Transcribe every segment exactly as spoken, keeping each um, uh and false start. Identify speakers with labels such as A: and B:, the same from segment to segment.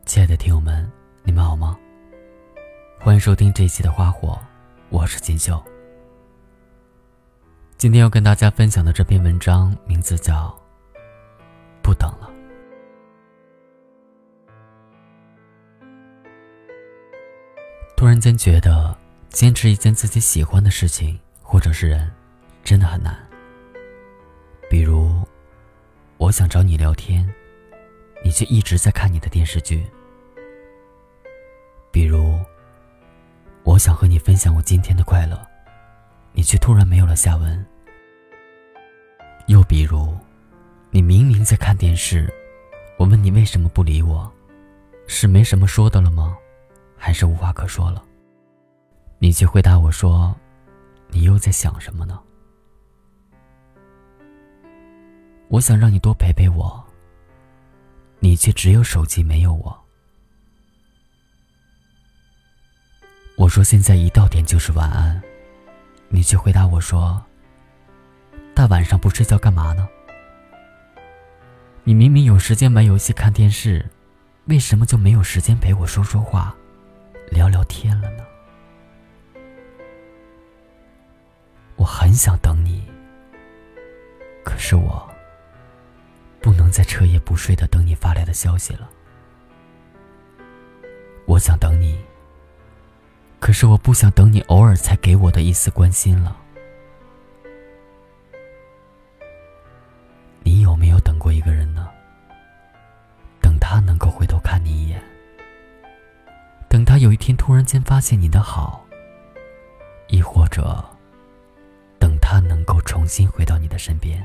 A: 亲爱的听友们，你们好吗？欢迎收听这一期的花火，我是金秀。今天要跟大家分享的这篇文章名字叫不等了。突然间觉得坚持一件自己喜欢的事情或者是人真的很难。比如我想找你聊天，你却一直在看你的电视剧。比如我想和你分享我今天的快乐，你却突然没有了下文。又比如你明明在看电视，我问你为什么不理我，是没什么说的了吗？还是无话可说了？你却回答我说，你又在想什么呢？我想让你多陪陪我，你却只有手机没有我。我说现在一到点就是晚安，你却回答我说，大晚上不睡觉干嘛呢？你明明有时间玩游戏看电视，为什么就没有时间陪我说说话聊聊天了呢？我很想等你，可是我不能再彻夜不睡地等你发来的消息了。我想等你，可是我不想等你偶尔才给我的一丝关心了。你有没有等过一个人呢？等他能够回头看你一眼，等他有一天突然间发现你的好，亦或者等他能够重新回到你的身边。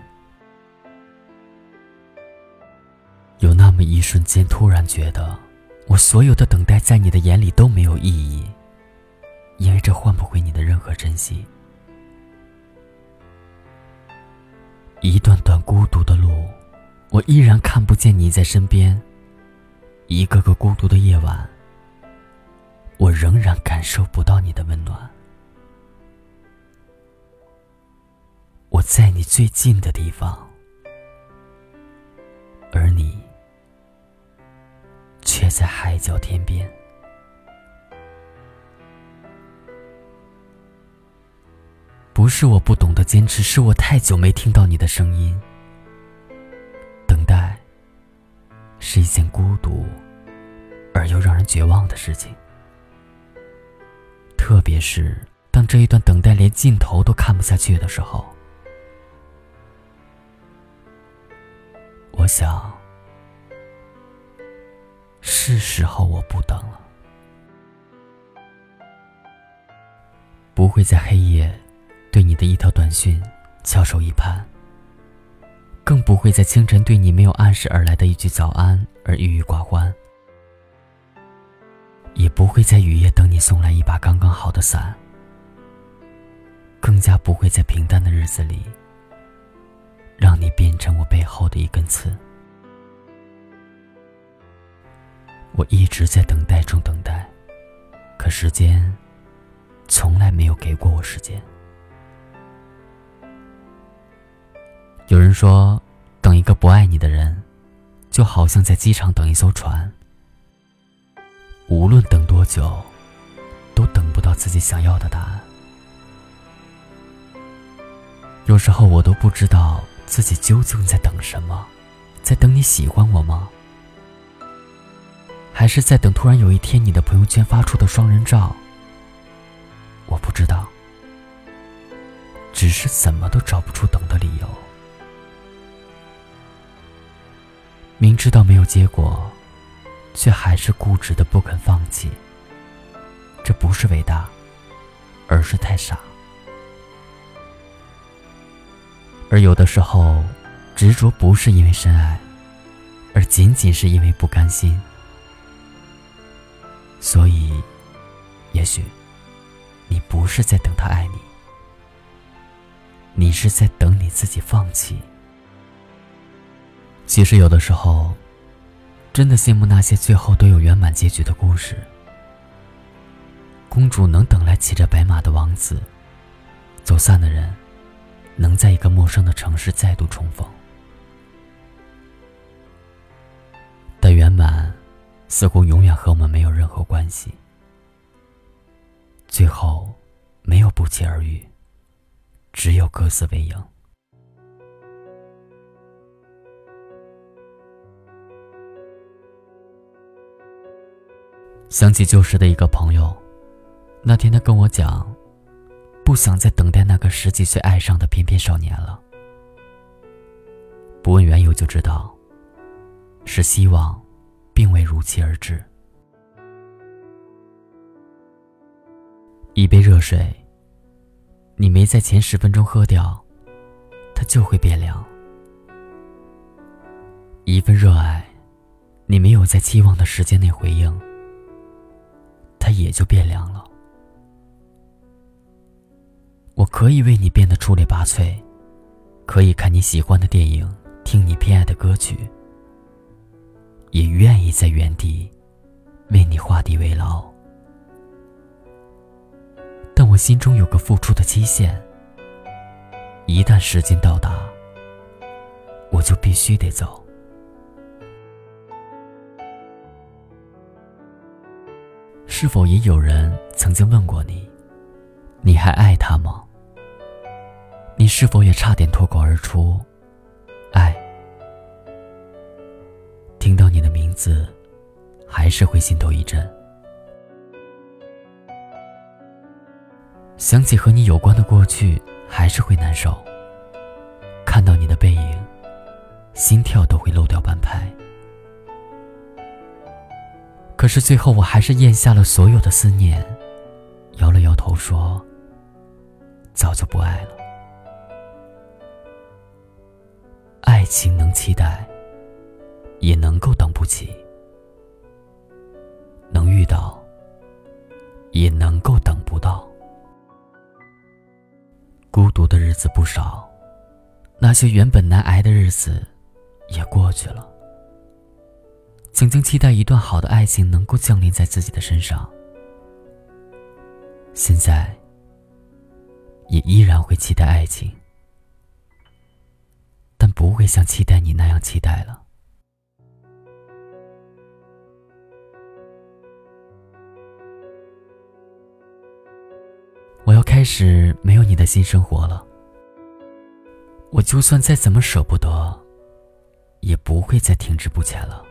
A: 有那么一瞬间突然觉得，我所有的等待在你的眼里都没有意义，因为这换不回你的任何珍惜。一段段孤独的路，我依然看不见你在身边。一个个孤独的夜晚，我仍然感受不到你的温暖。我在你最近的地方，而你却在海角天边。不是我不懂得坚持，是我太久没听到你的声音。等待是一件孤独而又让人绝望的事情，特别是当这一段等待连尽头都看不下去的时候。我想是时候我不等了，不会在黑夜对你的一条短讯翘首以盼，更不会在清晨对你没有暗示而来的一句早安而郁郁寡欢，也不会在雨夜等你送来一把刚刚好的伞，更加不会在平淡的日子里让你变成我背后的一根刺。我一直在等待中等待，可时间从来没有给过我时间。有人说，等一个不爱你的人，就好像在机场等一艘船，无论等多久，都等不到自己想要的答案。有时候我都不知道自己究竟在等什么，在等你喜欢我吗？还是在等突然有一天你的朋友圈发出的双人照？我不知道，只是怎么都找不出等的理由。明知道没有结果，却还是固执的不肯放弃。这不是伟大，而是太傻。而有的时候，执着不是因为深爱，而仅仅是因为不甘心。所以，也许你不是在等他爱你，你是在等你自己放弃。其实有的时候，真的羡慕那些最后都有圆满结局的故事。公主能等来骑着白马的王子，走散的人能在一个陌生的城市再度重逢。但圆满似乎永远和我们没有任何关系。最后没有不期而遇，只有各自为营。想起旧时的一个朋友，那天他跟我讲，不想再等待那个十几岁爱上的翩翩少年了。不问缘由就知道，是希望并未如期而至。一杯热水，你没在前十分钟喝掉，它就会变凉。一份热爱，你没有在期望的时间内回应，它也就变凉了。我可以为你变得出类拔萃，可以看你喜欢的电影，听你偏爱的歌曲，也愿意在原地为你画地为牢。但我心中有个付出的期限，一旦时间到达，我就必须得走。是否也有人曾经问过你，你还爱他吗？你是否也差点脱口而出，爱？听到你的名字，还是会心头一震。想起和你有关的过去，还是会难受。看到你的背影，心跳都会漏掉半拍。可是最后我还是咽下了所有的思念，摇了摇头说，早就不爱了。爱情能期待，也能够等不起，能遇到，也能够等不到。孤独的日子不少，那些原本难挨的日子也过去了。曾经期待一段好的爱情能够降临在自己的身上，现在也依然会期待爱情，但不会像期待你那样期待了。我要开始没有你的新生活了，我就算再怎么舍不得，也不会再停滞不前了。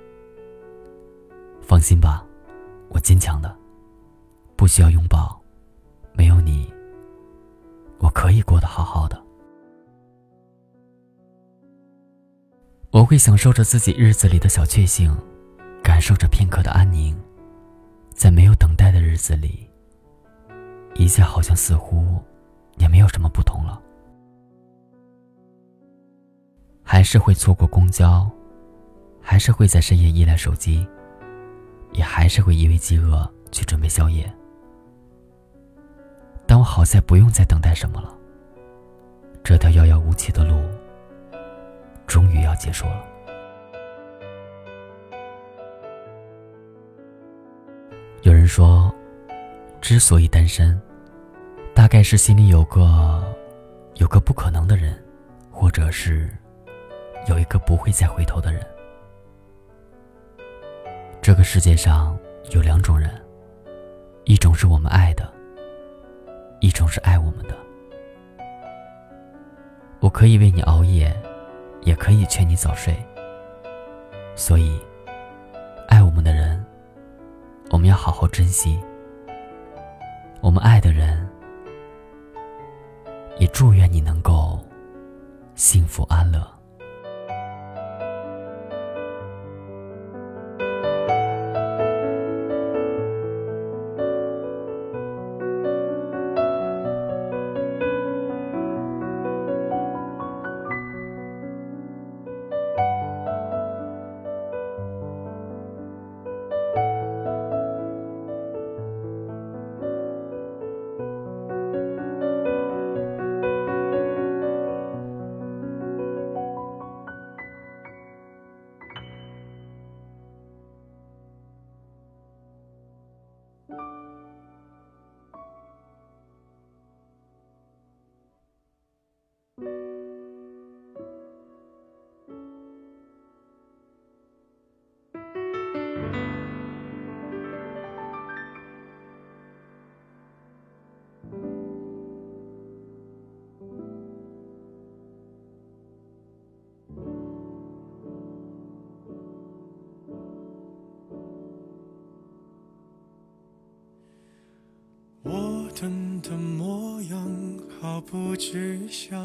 A: 放心吧，我坚强的，不需要拥抱，没有你，我可以过得好好的。我会享受着自己日子里的小确幸，感受着片刻的安宁。在没有等待的日子里，一切好像似乎也没有什么不同了。还是会错过公交，还是会在深夜依赖手机，也还是会因为饥饿去准备宵夜。但我好在不用再等待什么了，这条遥遥无期的路终于要结束了。有人说，之所以单身，大概是心里有个有个不可能的人，或者是有一个不会再回头的人。这个世界上有两种人，一种是我们爱的，一种是爱我们的。我可以为你熬夜，也可以劝你早睡。所以爱我们的人，我们要好好珍惜。我们爱的人，也祝愿你能够幸福安乐。
B: 的模样毫不具象，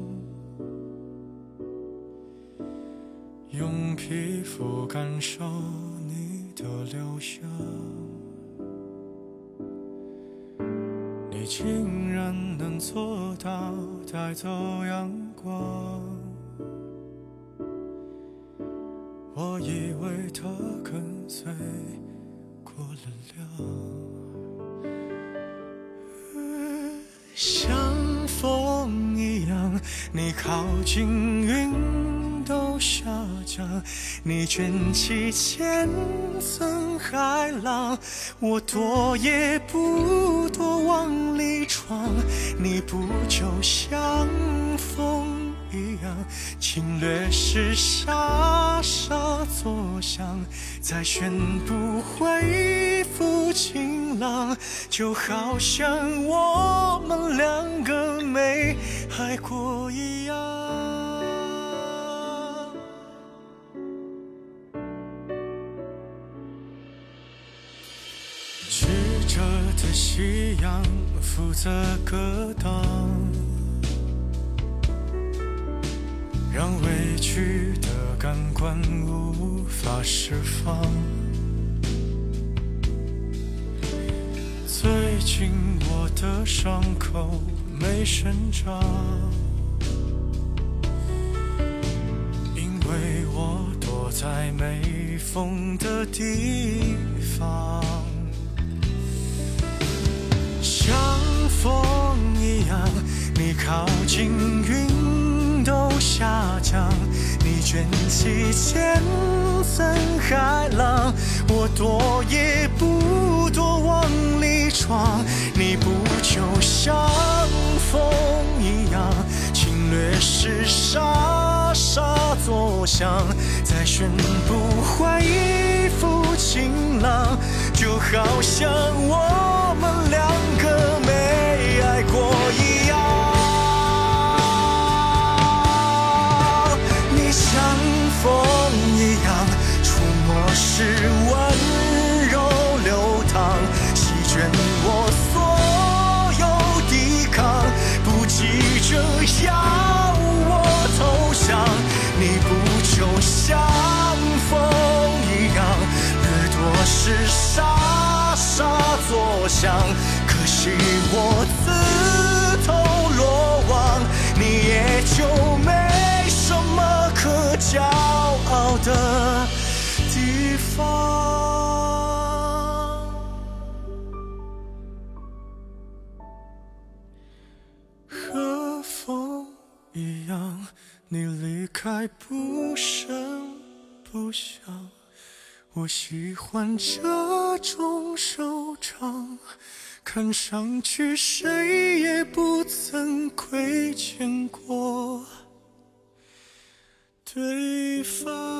B: 用皮肤感受你的留香，你竟然能做到带走阳光，我以为它跟随过了量，像风一样，你靠近云都下降，你卷起千层海浪，我躲也不躲往里闯，你不就像风一样，侵略时傻傻作响，再宣布恢复晴朗，就好像我们两个没爱过一样。曲折的夕阳负责格挡，让委屈的感官无法释放。最近我的伤口没生长，因为我躲在没风的地方，像风一样，你靠近云都下降，你卷起千层海浪，我躲也不躲往里闯，你不就像风一样，侵略时傻傻作响，再宣布恢复晴朗，就好像我们两个没爱过一样。你像风一样，触摸时温柔流淌，席卷我所有抵抗，不急着要我投降，你不就像风一样，掠夺时傻傻作响，可惜我自投罗网，你也就没什么可骄傲的地方。和风一样，你离开不声不响，我喜欢这种收场，看上去谁也不曾亏欠过对方。